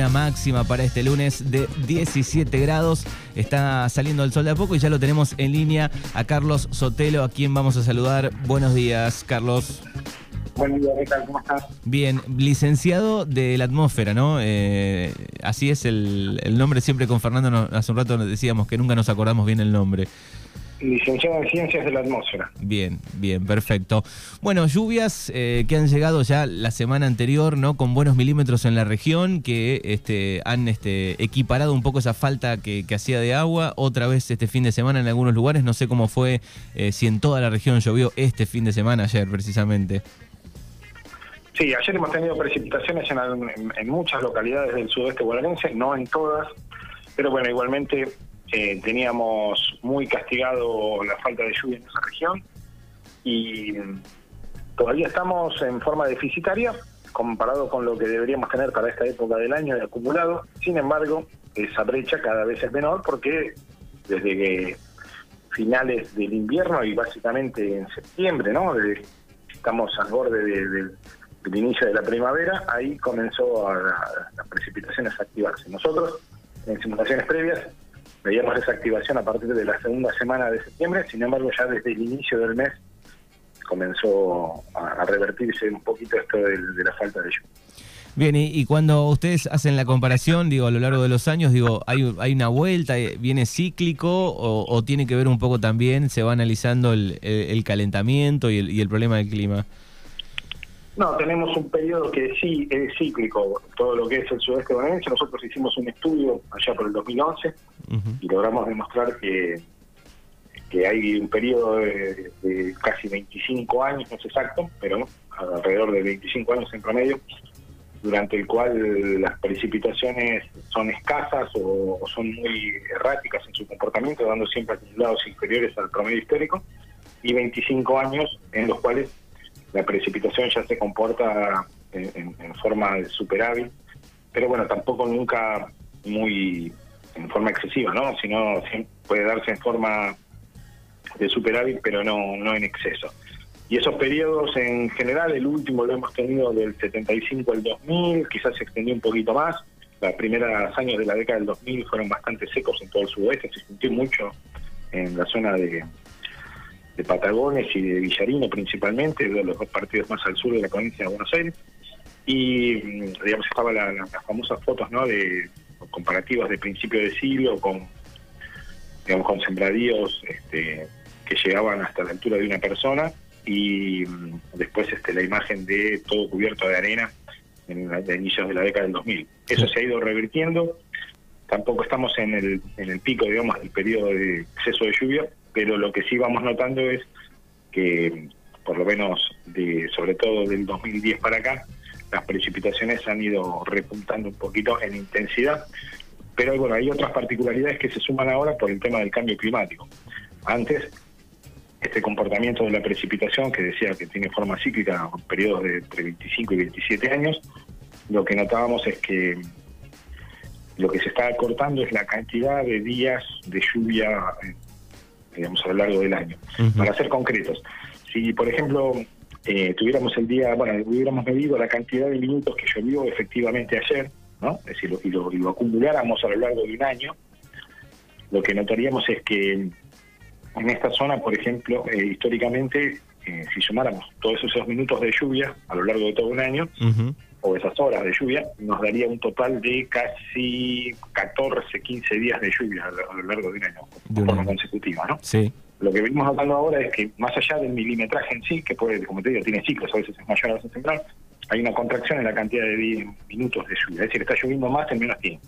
una máxima para este lunes de 17 grados. Está saliendo el sol de a poco y ya lo tenemos en línea a Carlos Sotelo, a quien vamos a saludar. Buenos días, Carlos. Buen día, ¿qué tal? ¿Cómo estás? Bien, licenciado de la atmósfera, ¿no? Así es el nombre. Siempre con Fernando hace un rato nos decíamos que nunca nos acordamos bien el nombre. Licenciado en Ciencias de la Atmósfera. Bien, bien, perfecto. Bueno, lluvias que han llegado ya la semana anterior, ¿no? Con buenos milímetros en la región, que han equiparado un poco esa falta que hacía de agua. Otra vez este fin de semana en algunos lugares, no sé cómo fue, si en toda la región llovió este fin de semana, ayer precisamente. Sí, ayer hemos tenido precipitaciones en muchas localidades del sudeste bonaerense, no en todas, pero bueno, igualmente teníamos muy castigado la falta de lluvia en esa región y todavía estamos en forma deficitaria comparado con lo que deberíamos tener para esta época del año de acumulado. Sin embargo, esa brecha cada vez es menor porque desde que finales del invierno y básicamente en septiembre, ¿no? Estamos al borde del inicio de la primavera, ahí comenzó las precipitaciones a activarse. Nosotros, en simulaciones previas, veíamos esa activación a partir de la segunda semana de septiembre. Sin embargo, ya desde el inicio del mes comenzó a revertirse un poquito esto de la falta de lluvia. Bien, y cuando ustedes hacen la comparación, digo, a lo largo de los años, digo, ¿hay una vuelta, viene cíclico o tiene que ver un poco también, se va analizando el calentamiento y el problema del clima? No, tenemos un periodo que sí es cíclico, todo lo que es el sudeste bonaerense. Nosotros hicimos un estudio allá por el 2011 y logramos demostrar que hay un periodo de casi 25 años, no es exacto, pero alrededor de 25 años en promedio, durante el cual las precipitaciones son escasas o son muy erráticas en su comportamiento, dando siempre acumulados inferiores al promedio histórico, y 25 años en los cuales la precipitación ya se comporta en forma de superávit, pero bueno, tampoco nunca muy en forma excesiva, ¿no? Sino puede darse en forma de superávit, pero no en exceso. Y esos periodos en general, el último lo hemos tenido del 75 al 2000, quizás se extendió un poquito más. Los primeros años de la década del 2000 fueron bastante secos en todo el sudeste, se sintió mucho en la zona de Patagones y de Villarino principalmente, de los dos partidos más al sur de la provincia de Buenos Aires. Y digamos estaba las famosas fotos, ¿no?, de comparativas de principio de siglo con sembradíos que llegaban hasta la altura de una persona, y después la imagen de todo cubierto de arena en inicios de la década del 2000. Eso se ha ido revirtiendo. Tampoco estamos en el pico, digamos, del periodo de exceso de lluvia, pero lo que sí vamos notando es que, por lo menos sobre todo del 2010 para acá, las precipitaciones han ido repuntando un poquito en intensidad, pero bueno, hay otras particularidades que se suman ahora por el tema del cambio climático. Antes, este comportamiento de la precipitación, que decía que tiene forma cíclica en periodos de entre 25 y 27 años, lo que notábamos es que lo que se está acortando es la cantidad de días de lluvia, digamos, a lo largo del año. Para ser concretos, si por ejemplo hubiéramos medido la cantidad de minutos que llovió efectivamente ayer, ¿no? Es decir, y lo acumuláramos a lo largo de un año, lo que notaríamos es que en esta zona, por ejemplo, históricamente, si sumáramos todos esos minutos de lluvia a lo largo de todo un año, o esas horas de lluvia, nos daría un total de casi 14, 15 días de lluvia a lo largo de un año, de forma consecutiva, ¿no? Sí. Lo que venimos hablando ahora es que, más allá del milimetraje en sí, que puede, como te digo, tiene ciclos, a veces es mayor, a veces es menor, hay una contracción en la cantidad de minutos de lluvia, es decir, está lloviendo más en menos tiempo.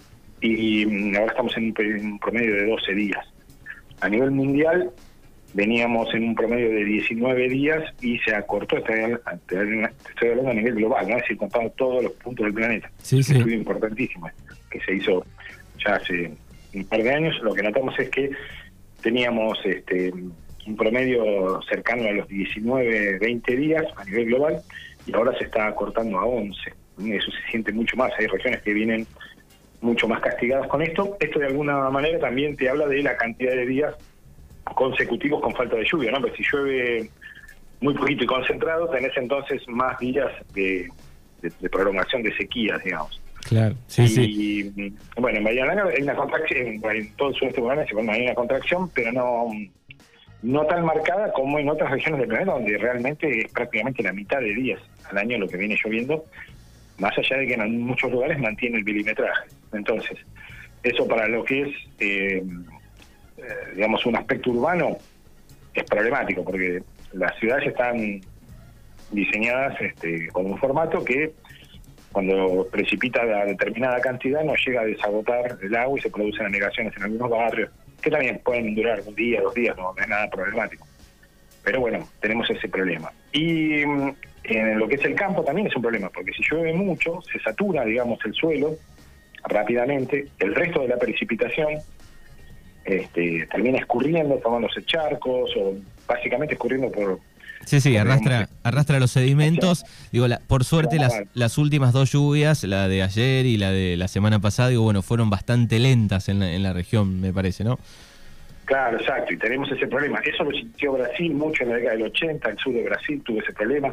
Y ahora estamos en un promedio de 12 días. A nivel mundial, veníamos en un promedio de 19 días y se acortó, estoy hablando a nivel global, ¿no? Es decir, contando todos los puntos del planeta. Sí. Un estudio importantísimo que se hizo ya hace un par de años. Lo que notamos es que teníamos un promedio cercano a los 19, 20 días a nivel global, y ahora se está acortando a 11. Eso se siente mucho más. Hay regiones que vienen mucho más castigadas con esto. Esto de alguna manera también te habla de la cantidad de días consecutivos con falta de lluvia, ¿no? Porque si llueve muy poquito y concentrado, tenés entonces más días de prolongación de sequías, digamos. Claro, sí, y bueno, en Bahía Blanca hay una contracción, en todo el sudeste bonaerense, bueno, hay una contracción, pero no tan marcada como en otras regiones del planeta, donde realmente es prácticamente la mitad de días al año lo que viene lloviendo, más allá de que en muchos lugares mantiene el milimetraje. Entonces, eso para lo que es, digamos, un aspecto urbano, es problemático, porque las ciudades están diseñadas con un formato que cuando precipita la determinada cantidad no llega a desagotar el agua y se producen anegaciones en algunos barrios, que también pueden durar un día, 2 días, no es nada problemático. Pero bueno, tenemos ese problema. Y en lo que es el campo también es un problema, porque si llueve mucho, se satura, digamos, el suelo rápidamente, el resto de la precipitación termina escurriendo, formándose charcos, o básicamente escurriendo por... Sí, arrastra los sedimentos. Digo, por suerte las últimas 2 lluvias, la de ayer y la de la semana pasada, digo, bueno, fueron bastante lentas en la región, me parece, ¿no? Claro, exacto, y tenemos ese problema. Eso lo sintió Brasil mucho en la década del 80, el sur de Brasil tuvo ese problema.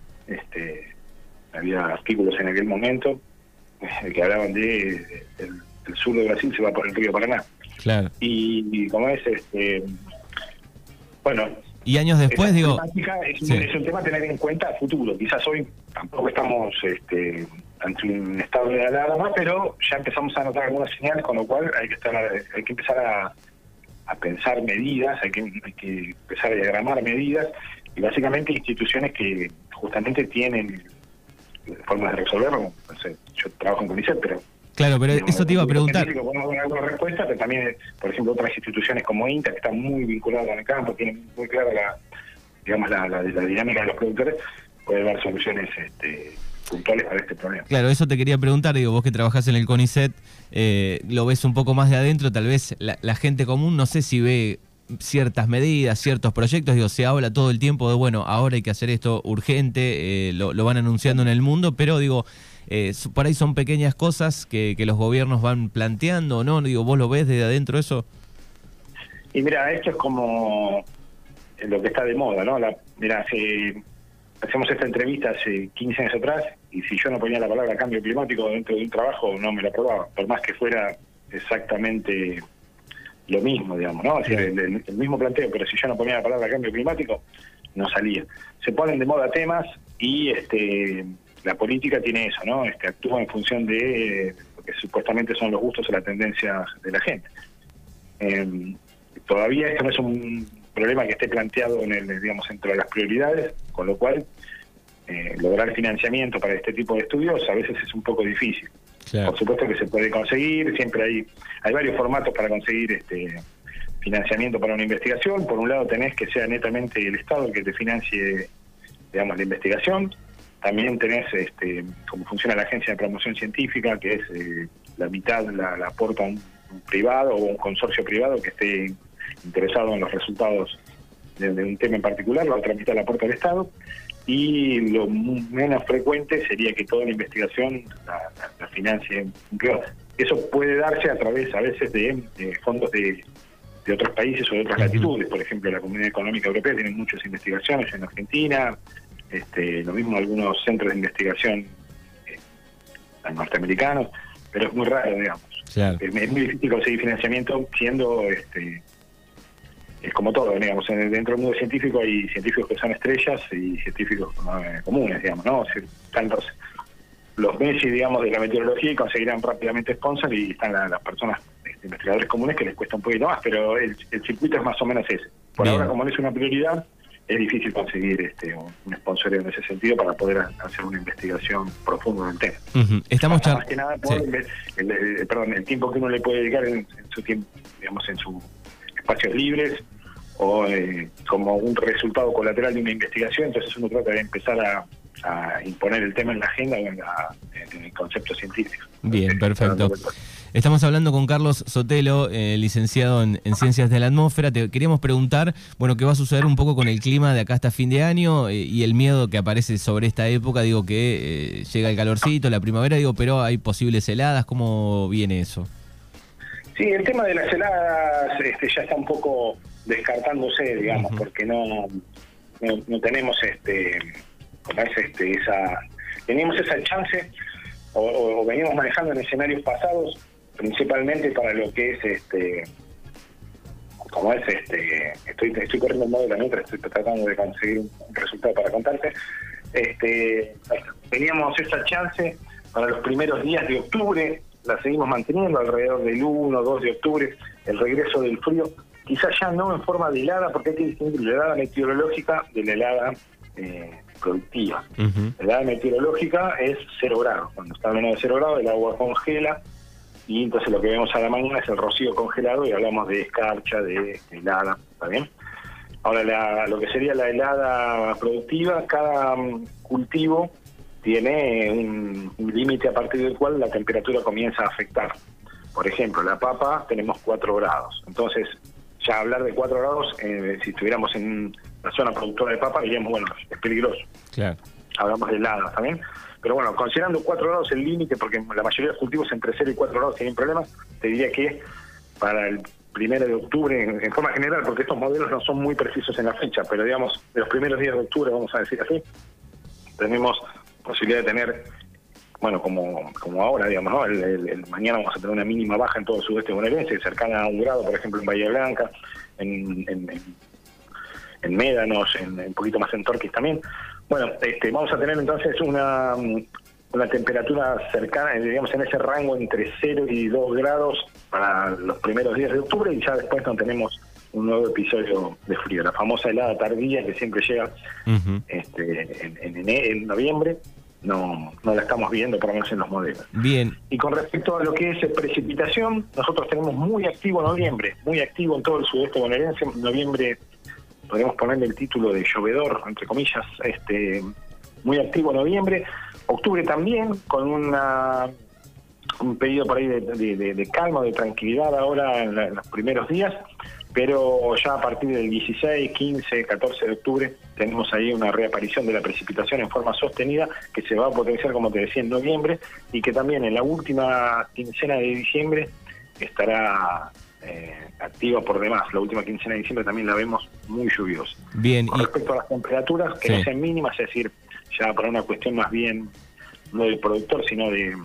Había artículos en aquel momento que hablaban de el sur de Brasil se va por el río Paraná. Claro. Y como es, bueno... Y años después, digo... Es un tema a tener en cuenta a futuro. Quizás hoy tampoco estamos ante un estado de alarma, pero ya empezamos a notar algunas señales, con lo cual hay que empezar a pensar medidas, hay que empezar a diagramar medidas, y básicamente instituciones que justamente tienen formas de resolverlo. No sé, yo trabajo en CONICET, pero... Claro, pero eso te iba a preguntar. Podemos dar alguna respuesta, pero también, por ejemplo, otras instituciones como INTA, que están muy vinculadas al campo, tienen muy clara la dinámica de los productores, puede dar soluciones puntuales para este problema. Claro, eso te quería preguntar, digo, vos que trabajás en el CONICET, lo ves un poco más de adentro, tal vez la gente común, no sé si ve ciertas medidas, ciertos proyectos, digo, se habla todo el tiempo de, bueno, ahora hay que hacer esto urgente, lo van anunciando en el mundo, pero digo... por ahí son pequeñas cosas que los gobiernos van planteando, ¿no? Digo, ¿vos lo ves desde adentro eso? Y mira, esto es como lo que está de moda, ¿no? Mira, hacemos esta entrevista hace 15 años atrás, y si yo no ponía la palabra cambio climático dentro de un trabajo, no me la aprobaba, por más que fuera exactamente lo mismo, digamos, ¿no? Es decir, el mismo planteo, pero si yo no ponía la palabra cambio climático, no salía. Se ponen de moda temas y la política tiene eso, ¿no? Actúa en función de lo que supuestamente son los gustos o la tendencia de la gente. Todavía esto no es un problema que esté planteado entre las prioridades, con lo cual lograr financiamiento para este tipo de estudios a veces es un poco difícil. Claro. Por supuesto que se puede conseguir, siempre hay varios formatos para conseguir financiamiento para una investigación. Por un lado tenés que sea netamente el Estado el que te financie, digamos, la investigación. También tenés cómo funciona la Agencia de Promoción Científica, que es la mitad la aporta un privado o un consorcio privado que esté interesado en los resultados de un tema en particular, la otra mitad la aporta el Estado, y lo menos frecuente sería que toda la investigación la financie un privado. Eso puede darse a través a veces de fondos de otros países o de otras latitudes. Por ejemplo, la Comunidad Económica Europea tiene muchas investigaciones en Argentina, lo mismo algunos centros de investigación norteamericanos, pero es muy raro, digamos. Claro. Es muy difícil conseguir financiamiento siendo, es como todo, digamos, dentro del mundo científico hay científicos que son estrellas y científicos comunes, digamos, ¿no? O sea, están los Messi, digamos, de la meteorología y conseguirán rápidamente sponsors, y están las personas, investigadores comunes, que les cuesta un poquito más, pero el circuito es más o menos ese. Por Bien. Ahora, como no es una prioridad, es difícil conseguir un sponsor en ese sentido para poder hacer una investigación profunda del tema. Estamos más que nada por el tiempo que uno le puede dedicar en su tiempo, digamos, en sus espacios libres, o como un resultado colateral de una investigación. Entonces uno trata de empezar a imponer el tema en la agenda o en el concepto científico. Bien, perfecto. Estamos hablando con Carlos Sotelo, licenciado en Ciencias de la Atmósfera. Te queríamos preguntar, bueno, qué va a suceder un poco con el clima de acá hasta fin de año y el miedo que aparece sobre esta época. Digo que llega el calorcito, la primavera, pero hay posibles heladas. ¿Cómo viene eso? Sí, el tema de las heladas ya está un poco descartándose, digamos, porque no tenemos teníamos esa chance o venimos manejando en escenarios pasados, principalmente para lo que es estoy corriendo un modelo mientras estoy tratando de conseguir un resultado para contarte. Teníamos esa chance para los primeros días de octubre, la seguimos manteniendo alrededor del 1 o 2 de octubre, el regreso del frío, quizás ya no en forma de helada, porque hay que distinguir la helada meteorológica de la helada productiva. La helada meteorológica es 0 grados, cuando está a menos de 0 grados el agua congela, y entonces lo que vemos a la mañana es el rocío congelado y hablamos de escarcha, de helada, ¿está bien? Ahora, lo que sería la helada productiva, cada cultivo tiene un límite a partir del cual la temperatura comienza a afectar. Por ejemplo, la papa tenemos 4 grados. Entonces, ya hablar de 4 grados, si estuviéramos en la zona productora de papa, diríamos, bueno, es peligroso. Claro. Hablamos de helada también. Pero bueno, considerando 4 grados el límite, porque la mayoría de los cultivos entre 0 y 4 grados tienen problemas, te diría que para el 1 de octubre, en forma general, porque estos modelos no son muy precisos en la fecha, pero digamos, de los primeros días de octubre, vamos a decir así, tenemos posibilidad de tener, bueno, como ahora, digamos, ¿no? Mañana vamos a tener una mínima baja en todo el sudeste bonaerense, cercana a 1 grado, por ejemplo, en Bahía Blanca, en Médanos, un poquito más en Torquís también. Bueno, vamos a tener entonces una temperatura cercana, digamos, en ese rango entre 0 y 2 grados para los primeros días de octubre, y ya después no tenemos un nuevo episodio de frío, la famosa helada tardía que siempre llega en noviembre. No la estamos viendo, por lo menos en los modelos. Bien. Y con respecto a lo que es precipitación, nosotros tenemos muy activo noviembre, muy activo en todo el sudeste bonaerense. Noviembre, podríamos ponerle el título de llovedor, entre comillas, muy activo noviembre. Octubre también, con un pedido por ahí de calma, de tranquilidad ahora en los primeros días, pero ya a partir del 16, 15, 14 de octubre tenemos ahí una reaparición de la precipitación en forma sostenida que se va a potenciar, como te decía, en noviembre, y que también en la última quincena de diciembre estará activa por demás. La última quincena de diciembre también la vemos muy lluviosa. Bien. Con respecto a las temperaturas, que no sean mínimas, es decir, ya para una cuestión más bien no del productor, sino del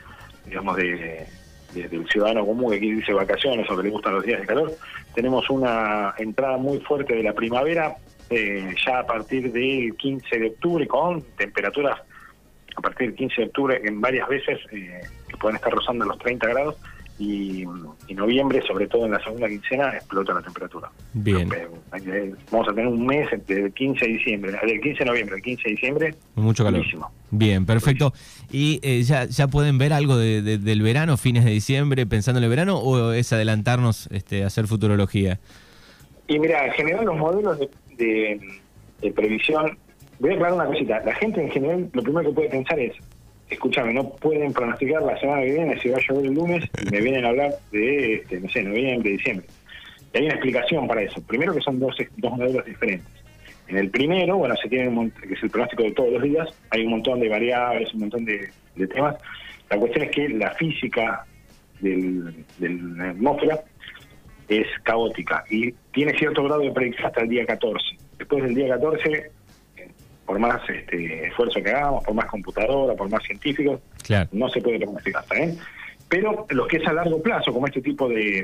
ciudadano común que aquí dice vacaciones o que le gustan los días de calor, tenemos una entrada muy fuerte de la primavera ya a partir del 15 de octubre, con temperaturas a partir del 15 de octubre en varias veces que pueden estar rozando los 30 grados, y noviembre, sobre todo en la segunda quincena, explota la temperatura. Bien. Vamos a tener un mes del 15 de diciembre, del 15 de noviembre al 15 de diciembre. Mucho calor. Buenísimo. Bien, perfecto. ¿Y ya pueden ver algo del verano, fines de diciembre, pensando en el verano, o es adelantarnos a hacer futurología? Y mira, en general los modelos de previsión, voy a aclarar una cosita. La gente en general lo primero que puede pensar es, escúchame, no pueden pronosticar la semana que viene si va a llover el lunes y me vienen a hablar de, noviembre, diciembre. Y hay una explicación para eso. Primero, que son dos modelos diferentes. En el primero, bueno, se tiene que es el pronóstico de todos los días, hay un montón de variables, un montón de temas. La cuestión es que la física de la atmósfera es caótica y tiene cierto grado de predicción hasta el día 14. Después del día 14... por más esfuerzo que hagamos, por más computadora, por más científicos, claro, no se puede pronosticar, ¿está bien? Pero los que es a largo plazo, como este tipo de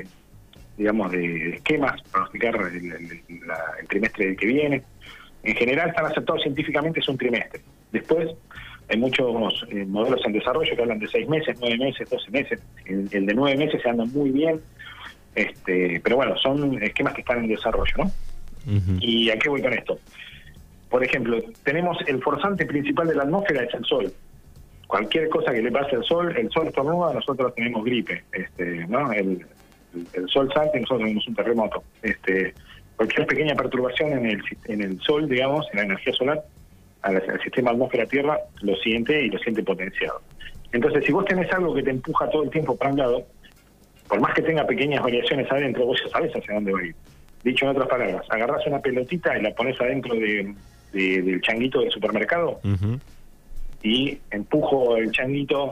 esquemas, pronosticar el trimestre que viene, en general están aceptados científicamente, es un trimestre. Después hay muchos modelos en desarrollo que hablan de 6 meses, 9 meses, 12 meses. El de 9 meses se anda muy bien, pero bueno, son esquemas que están en desarrollo, ¿no? ¿Y a qué voy con esto? Por ejemplo, tenemos el forzante principal de la atmósfera, es el sol. Cualquier cosa que le pase al sol, el sol estornuda, nosotros tenemos gripe, ¿no? El sol salta y nosotros tenemos un terremoto. Cualquier pequeña perturbación en el sol, digamos, en la energía solar, al sistema atmósfera-tierra, lo siente potenciado. Entonces, si vos tenés algo que te empuja todo el tiempo para un lado, por más que tenga pequeñas variaciones adentro, vos ya sabés hacia dónde va a ir. Dicho en otras palabras, agarrás una pelotita y la pones adentro del changuito del supermercado, y empujo el changuito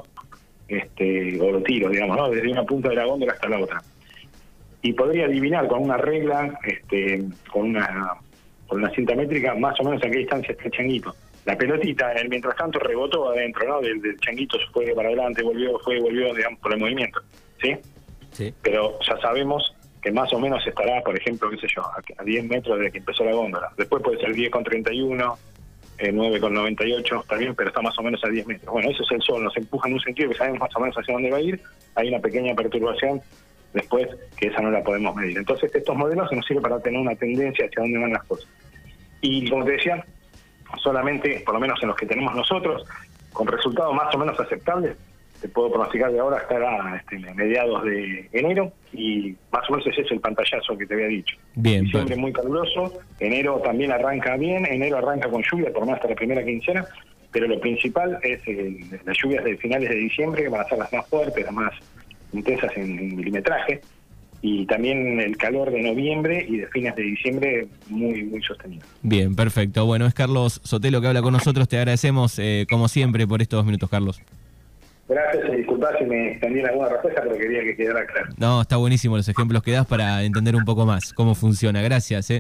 o lo tiro, digamos, ¿no? Desde una punta de la góndola hasta la otra. Y podría adivinar con una regla, con una cinta métrica, más o menos a qué distancia está el changuito. La pelotita, mientras tanto, rebotó adentro, ¿no? Del changuito, se fue para adelante, volvió, digamos, por el movimiento, ¿sí? Sí. Pero ya sabemos que más o menos estará, por ejemplo, qué sé yo, a 10 metros desde que empezó la góndola. Después puede ser 10,31, 9,98, está bien, pero está más o menos a 10 metros. Bueno, eso es el sol, nos empuja en un sentido que sabemos más o menos hacia dónde va a ir. Hay una pequeña perturbación después que esa no la podemos medir. Entonces, estos modelos nos sirven para tener una tendencia hacia dónde van las cosas. Y como te decía, solamente, por lo menos en los que tenemos nosotros, con resultados más o menos aceptables, te puedo pronosticar de ahora estará mediados de enero, y más o menos ese es el pantallazo que te había dicho. Bien, Diciembre muy caluroso, enero también arranca bien, enero arranca con lluvia, por lo menos hasta la primera quincena, pero lo principal es las lluvias de finales de diciembre, que van a ser las más fuertes, las más intensas en milimetraje, y también el calor de noviembre y de fines de diciembre muy, muy sostenido. Bien, perfecto. Bueno, es Carlos Sotelo que habla con nosotros. Te agradecemos, como siempre, por estos 2 minutos, Carlos. Gracias, y disculpá si me extendí en alguna respuesta, pero quería que quedara claro. No, está buenísimo los ejemplos que das para entender un poco más cómo funciona. Gracias.